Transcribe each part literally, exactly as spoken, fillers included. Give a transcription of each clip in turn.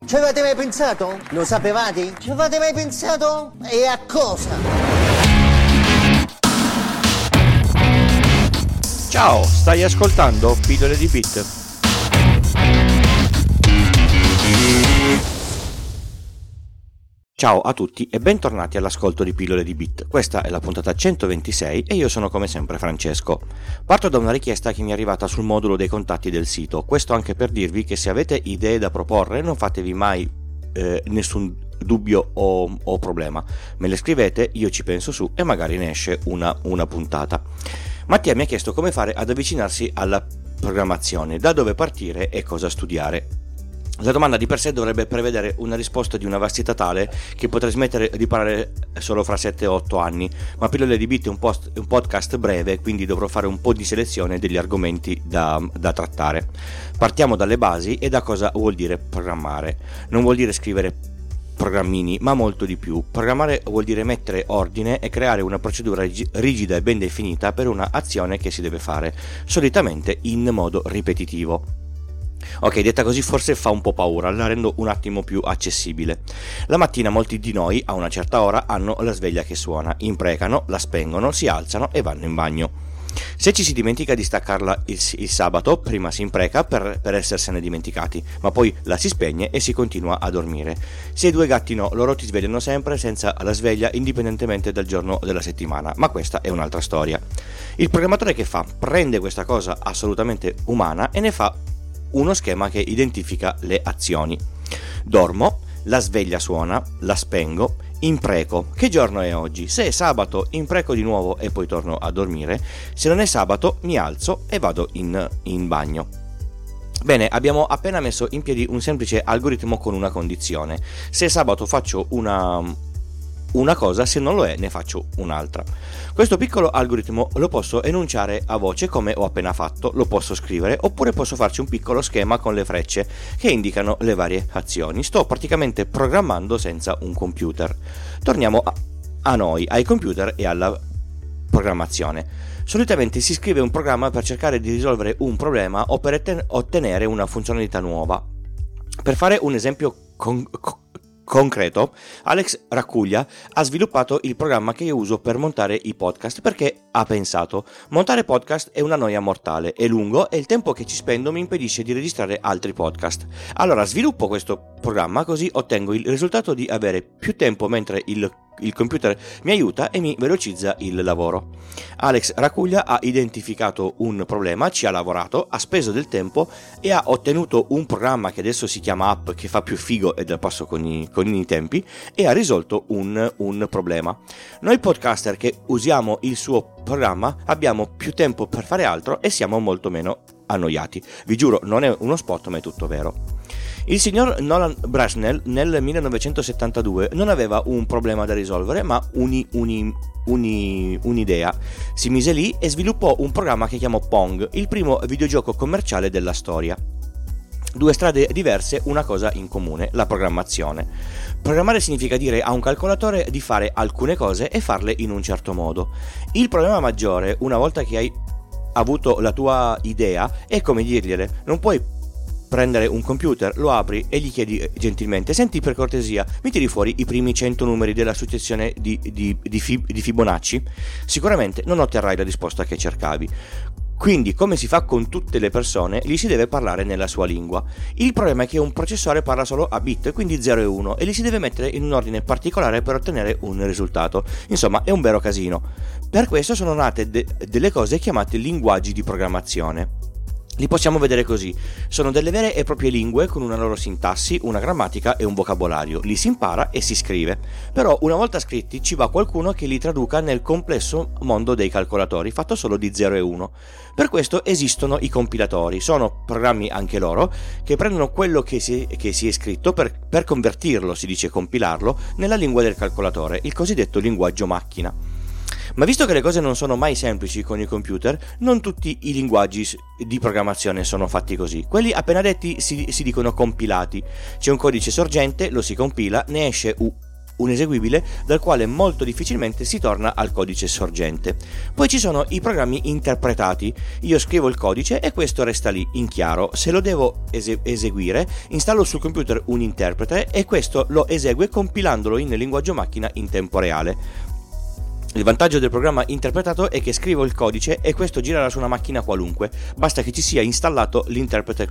Ci avete mai pensato? Lo sapevate? Ci avete mai pensato? E a cosa? Ciao, stai ascoltando Pillole di Bit. Ciao a tutti e bentornati all'ascolto di Pillole di Bit. Questa è la puntata centoventisei e io sono come sempre Francesco. Parto da una richiesta che mi è arrivata sul modulo dei contatti del sito. Questo anche per dirvi che se avete idee da proporre non fatevi mai eh, nessun dubbio o, o problema. Me le scrivete, io ci penso su e magari ne esce una, una puntata. Mattia mi ha chiesto come fare ad avvicinarsi alla programmazione, da dove partire e cosa studiare. La domanda di per sé dovrebbe prevedere una risposta di una vastità tale che potrei smettere di parlare solo fra sette o otto anni, ma Pillole di Bit è un, post, un podcast breve, quindi dovrò fare un po' di selezione degli argomenti da, da trattare. Partiamo dalle basi e da cosa vuol dire programmare. Non vuol dire scrivere programmini, ma molto di più. Programmare vuol dire mettere ordine e creare una procedura rigida e ben definita per una azione che si deve fare, solitamente in modo ripetitivo. Ok, detta così forse fa un po' paura, la rendo un attimo più accessibile. La mattina molti di noi a una certa ora hanno la sveglia che suona, imprecano, la spengono, si alzano e vanno in bagno. Se ci si dimentica di staccarla il, il sabato, prima si impreca per, per essersene dimenticati, ma poi la si spegne e si continua a dormire. Se i due gatti no, loro ti svegliano sempre senza la sveglia indipendentemente dal giorno della settimana, ma questa è un'altra storia. Il programmatore che fa? Prende questa cosa assolutamente umana e ne fa uno schema che identifica le azioni. Dormo, la sveglia suona, la spengo, impreco. Che giorno è oggi? Se è sabato, impreco di nuovo e poi torno a dormire. Se non è sabato, mi alzo e vado in, in bagno. Bene, abbiamo appena messo in piedi un semplice algoritmo con una condizione. Se è sabato faccio una... una cosa, se non lo è ne faccio un'altra. Questo piccolo algoritmo lo posso enunciare a voce come ho appena fatto, lo posso scrivere oppure posso farci un piccolo schema con le frecce che indicano le varie azioni. Sto praticamente programmando senza un computer. Torniamo a, a noi, ai computer e alla programmazione. Solitamente si scrive un programma per cercare di risolvere un problema o per ottenere una funzionalità nuova. Per fare un esempio con, con concreto, Alex Raccuglia ha sviluppato il programma che io uso per montare i podcast perché ha pensato: montare podcast è una noia mortale, è lungo e il tempo che ci spendo mi impedisce di registrare altri podcast. Allora sviluppo questo programma così ottengo il risultato di avere più tempo mentre il il computer mi aiuta e mi velocizza il lavoro. Alex Raccuglia ha identificato un problema, ci ha lavorato, ha speso del tempo e ha ottenuto un programma che adesso si chiama App, che fa più figo ed è al passo con i, con i tempi, e ha risolto un, un problema. Noi podcaster che usiamo il suo programma abbiamo più tempo per fare altro e siamo molto meno annoiati. Vi giuro, non è uno spot, ma è tutto vero. Il signor Nolan Bushnell nel millenovecentosettantadue non aveva un problema da risolvere, ma uni, uni, uni, un'idea. Si mise lì e sviluppò un programma che chiamò Pong, il primo videogioco commerciale della storia. Due strade diverse, una cosa in comune: la programmazione. Programmare significa dire a un calcolatore di fare alcune cose e farle in un certo modo. Il problema maggiore, una volta che hai avuto la tua idea, è come dirgliele. Non puoi prendere un computer, lo apri e gli chiedi gentilmente: senti, per cortesia mi tiri fuori i primi cento numeri della successione di, di, di, Fib, di Fibonacci? Sicuramente non otterrai la risposta che cercavi. Quindi, come si fa con tutte le persone, gli si deve parlare nella sua lingua. Il problema è che un processore parla solo a bit, quindi zero e uno, e li si deve mettere in un ordine particolare per ottenere un risultato. Insomma, è un vero casino. Per questo sono nate de- delle cose chiamate linguaggi di programmazione. Li possiamo vedere così: sono delle vere e proprie lingue con una loro sintassi, una grammatica e un vocabolario. Li si impara e si scrive. Però una volta scritti ci va qualcuno che li traduca nel complesso mondo dei calcolatori, fatto solo di zero e uno. Per questo esistono i compilatori. Sono programmi anche loro che prendono quello che si, che si è scritto per, per convertirlo, si dice compilarlo, nella lingua del calcolatore, il cosiddetto linguaggio macchina. Ma visto che le cose non sono mai semplici con i computer, non tutti i linguaggi di programmazione sono fatti così. Quelli appena detti si, si dicono compilati. C'è un codice sorgente, lo si compila, ne esce un eseguibile dal quale molto difficilmente si torna al codice sorgente. Poi ci sono i programmi interpretati. Io scrivo il codice e questo resta lì in chiaro. Se lo devo ese- eseguire, installo sul computer un interprete e questo lo esegue compilandolo in linguaggio macchina in tempo reale. Il vantaggio del programma interpretato è che scrivo il codice e questo girerà su una macchina qualunque, basta che ci sia installato l'interprete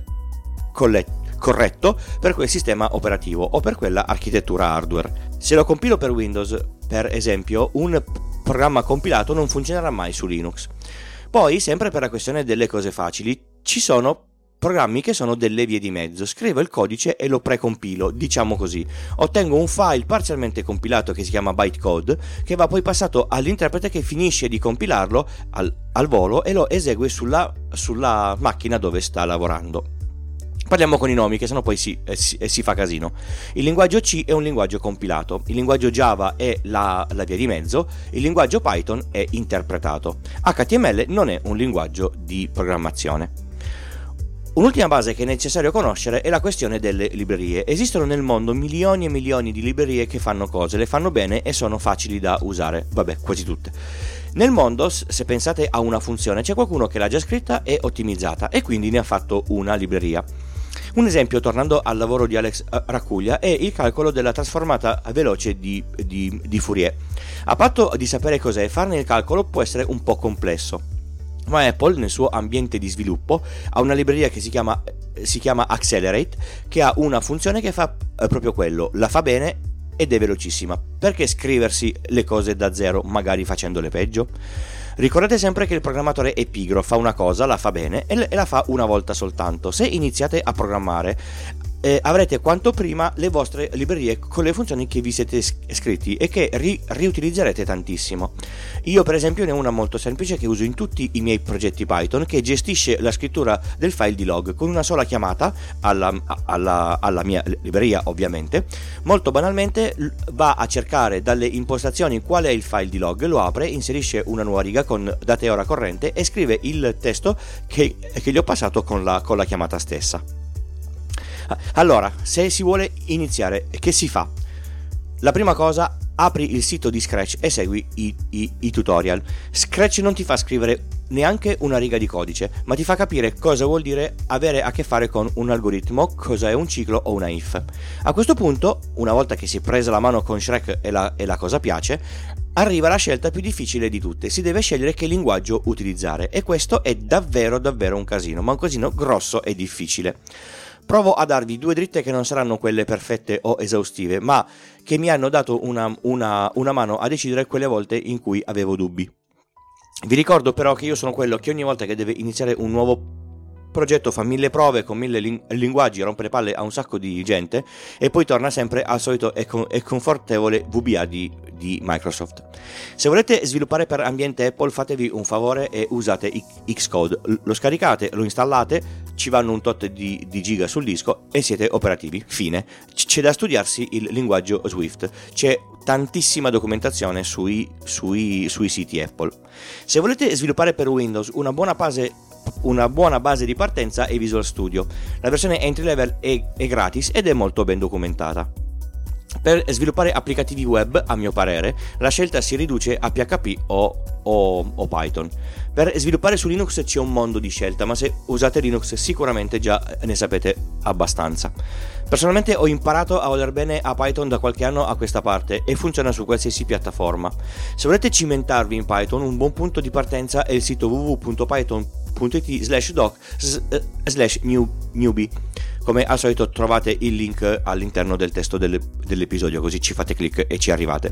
corretto per quel sistema operativo o per quella architettura hardware. Se lo compilo per Windows, per esempio, un programma compilato non funzionerà mai su Linux. Poi, sempre per la questione delle cose facili, ci sono programmi che sono delle vie di mezzo. Scrivo il codice e lo precompilo, diciamo così. Ottengo un file parzialmente compilato che si chiama bytecode, che va poi passato all'interprete che finisce di compilarlo al, al volo e lo esegue sulla, sulla macchina dove sta lavorando. Parliamo con i nomi, che sennò poi si, eh, si, eh, si fa casino. Il linguaggio C è un linguaggio compilato, il linguaggio Java è la, la via di mezzo, il linguaggio Python è interpretato. H T M L non è un linguaggio di programmazione. Un'ultima base che è necessario conoscere è la questione delle librerie. Esistono nel mondo milioni e milioni di librerie che fanno cose, le fanno bene e sono facili da usare. Vabbè, quasi tutte. Nel mondo, se pensate a una funzione, c'è qualcuno che l'ha già scritta e ottimizzata e quindi ne ha fatto una libreria. Un esempio, tornando al lavoro di Alex Raccuglia, è il calcolo della trasformata veloce di, di, di Fourier. A patto di sapere cos'è, farne il calcolo può essere un po' complesso. Ma Apple, nel suo ambiente di sviluppo, ha una libreria che si chiama, si chiama Accelerate, che ha una funzione che fa proprio quello, la fa bene ed è velocissima. Perché scriversi le cose da zero, magari facendole peggio? Ricordate sempre che il programmatore è pigro, fa una cosa, la fa bene e la fa una volta soltanto. Se iniziate a programmare, eh, avrete quanto prima le vostre librerie con le funzioni che vi siete scritti e che ri- riutilizzerete tantissimo. Io per esempio ne ho una molto semplice che uso in tutti i miei progetti Python, che gestisce la scrittura del file di log con una sola chiamata alla, alla, alla mia libreria, ovviamente. Molto banalmente va a cercare dalle impostazioni qual è il file di log, lo apre, inserisce una nuova riga con data e ora corrente e scrive il testo che, che gli ho passato con la, con la chiamata stessa. Allora, se si vuole iniziare, che si fa? La prima cosa, apri il sito di Scratch e segui i, i, i tutorial. Scratch non ti fa scrivere neanche una riga di codice, ma ti fa capire cosa vuol dire avere a che fare con un algoritmo, cosa è un ciclo o una if. A questo punto, una volta che si è presa la mano con Shrek e la, e la cosa piace, arriva la scelta più difficile di tutte. Si deve scegliere che linguaggio utilizzare e questo è davvero davvero un casino, ma un casino grosso e difficile. Provo a darvi due dritte che non saranno quelle perfette o esaustive, ma che mi hanno dato una, una, una mano a decidere quelle volte in cui avevo dubbi. Vi ricordo però che io sono quello che ogni volta che deve iniziare un nuovo progetto fa mille prove con mille ling- linguaggi, rompe le palle a un sacco di gente e poi torna sempre al solito e, con- e confortevole V B A di, di Microsoft. Se volete sviluppare per ambiente Apple, fatevi un favore e usate Xcode. Lo scaricate, lo installate, ci vanno un tot di, di giga sul disco e siete operativi. Fine. C'è da studiarsi il linguaggio Swift. C'è tantissima documentazione sui, sui, sui siti Apple. Se volete sviluppare per Windows, una buona base Una buona base di partenza è Visual Studio. La versione entry level è, è gratis ed è molto ben documentata. Per sviluppare applicativi web, a mio parere, la scelta si riduce a P H P o, o, o Python. Per sviluppare su Linux c'è un mondo di scelta, ma se usate Linux sicuramente già ne sapete abbastanza. Personalmente ho imparato a voler bene a Python da qualche anno a questa parte e funziona su qualsiasi piattaforma. Se volete cimentarvi in Python, un buon punto di partenza è il sito w w w punto python punto i t slash doc slash newbie. Come al solito trovate il link all'interno del testo delle, dell'episodio, così ci fate clic e ci arrivate.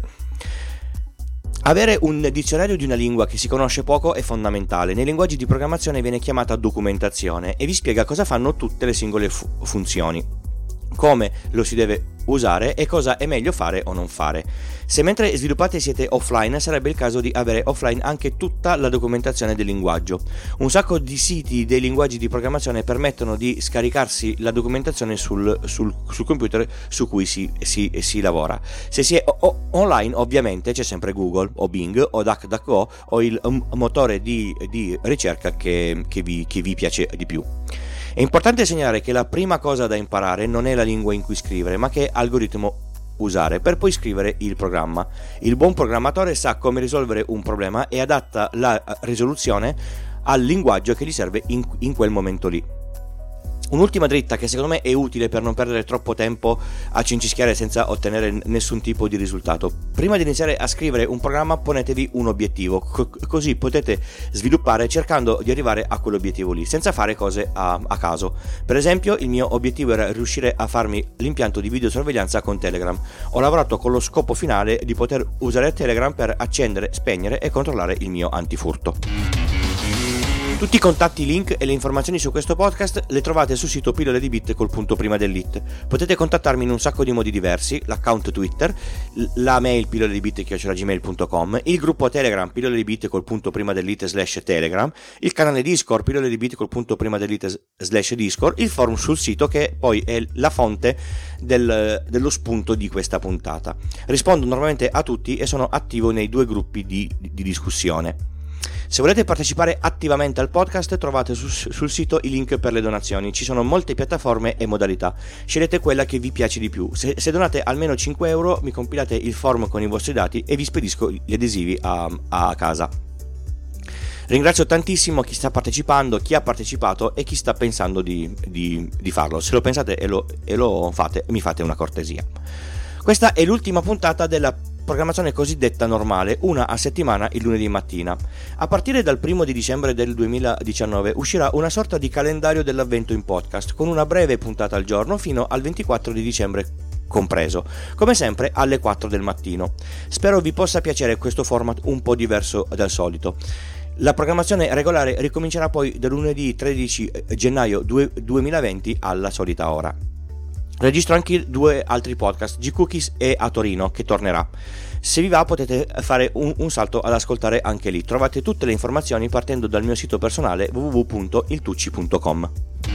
Avere un dizionario di una lingua che si conosce poco è fondamentale. Nei linguaggi di programmazione viene chiamata documentazione e vi spiega cosa fanno tutte le singole fu- funzioni, come lo si deve usare e cosa è meglio fare o non fare. Se mentre sviluppate siete offline, sarebbe il caso di avere offline anche tutta la documentazione del linguaggio. Un sacco di siti dei linguaggi di programmazione permettono di scaricarsi la documentazione sul, sul, sul computer su cui si, si, si lavora. Se si è o- online, ovviamente c'è sempre Google o Bing o DuckDuckGo o il um, motore di, di ricerca che, che, vi, che vi piace di più. È importante segnalare che la prima cosa da imparare non è la lingua in cui scrivere, ma che algoritmo usare per poi scrivere il programma. Il buon programmatore sa come risolvere un problema e adatta la risoluzione al linguaggio che gli serve in, in quel momento lì. Un'ultima dritta che secondo me è utile per non perdere troppo tempo a cincischiare senza ottenere nessun tipo di risultato. Prima di iniziare a scrivere un programma ponetevi un obiettivo, co- così potete sviluppare cercando di arrivare a quell'obiettivo lì, senza fare cose a, a caso. Per esempio, il mio obiettivo era riuscire a farmi l'impianto di videosorveglianza con Telegram. Ho lavorato con lo scopo finale di poter usare Telegram per accendere, spegnere e controllare il mio antifurto. Tutti i contatti, link e le informazioni su questo podcast le trovate sul sito pillole di bit col punto prima dell'it. Potete contattarmi in un sacco di modi diversi: l'account Twitter, la mail pillole di bit chiocciola gmail punto com, il gruppo Telegram pillole di bit col punto prima dell'it slash Telegram, il canale Discord pillole di bit col punto prima dell'it slash Discord, il forum sul sito che poi è la fonte del, dello spunto di questa puntata. Rispondo normalmente a tutti e sono attivo nei due gruppi di, di discussione. Se volete partecipare attivamente al podcast trovate su, sul sito i link per le donazioni, ci sono molte piattaforme e modalità, scegliete quella che vi piace di più. Se, se donate almeno cinque euro mi compilate il form con i vostri dati e vi spedisco gli adesivi a, a casa. Ringrazio tantissimo chi sta partecipando, chi ha partecipato e chi sta pensando di, di, di farlo. Se lo pensate e lo, e lo fate, mi fate una cortesia. Questa è l'ultima puntata della programmazione cosiddetta normale, una a settimana il lunedì mattina. A partire dal primo di dicembre del duemiladiciannove uscirà una sorta di calendario dell'avvento in podcast, con una breve puntata al giorno fino al ventiquattro di dicembre compreso, come sempre alle quattro del mattino. Spero vi possa piacere questo format un po' diverso dal solito. La programmazione regolare ricomincerà poi da lunedì tredici gennaio duemilaventi alla solita ora. Registro anche due altri podcast, G-Cookies e A Torino, che tornerà. Se vi va potete fare un, un salto ad ascoltare anche lì. Trovate tutte le informazioni partendo dal mio sito personale w w w punto il tucci punto com.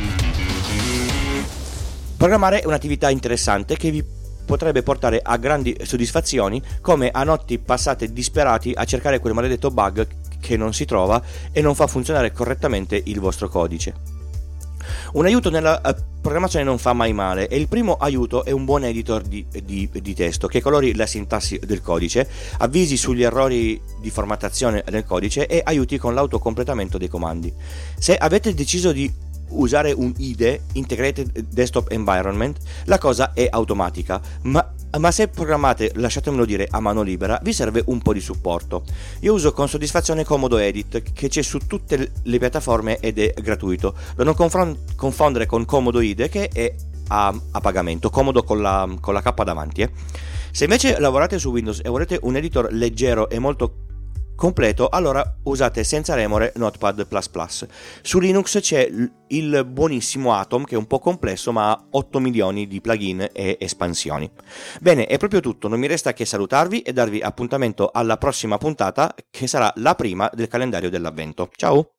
Programmare è un'attività interessante che vi potrebbe portare a grandi soddisfazioni, come a notti passate disperati a cercare quel maledetto bug che non si trova e non fa funzionare correttamente il vostro codice. Un aiuto nella programmazione non fa mai male e il primo aiuto è un buon editor di, di, di testo che colori la sintassi del codice, avvisi sugli errori di formattazione del codice e aiuti con l'autocompletamento dei comandi. Se avete deciso di usare un I D E, Integrated Desktop Environment, la cosa è automatica, ma ma se programmate, lasciatemelo dire, a mano libera, vi serve un po' di supporto. Io uso con soddisfazione Comodo Edit, che c'è su tutte le piattaforme ed è gratuito, da non confron- confondere con Comodo I D E, che è a, a pagamento, comodo con la, con la K davanti. Eh. Se invece lavorate su Windows e volete un editor leggero e molto completo, allora usate senza remore Notepad plus plus. Su Linux c'è il buonissimo Atom, che è un po' complesso ma ha otto milioni di plugin e espansioni. Bene, è proprio tutto, non mi resta che salutarvi e darvi appuntamento alla prossima puntata, che sarà la prima del calendario dell'avvento. Ciao!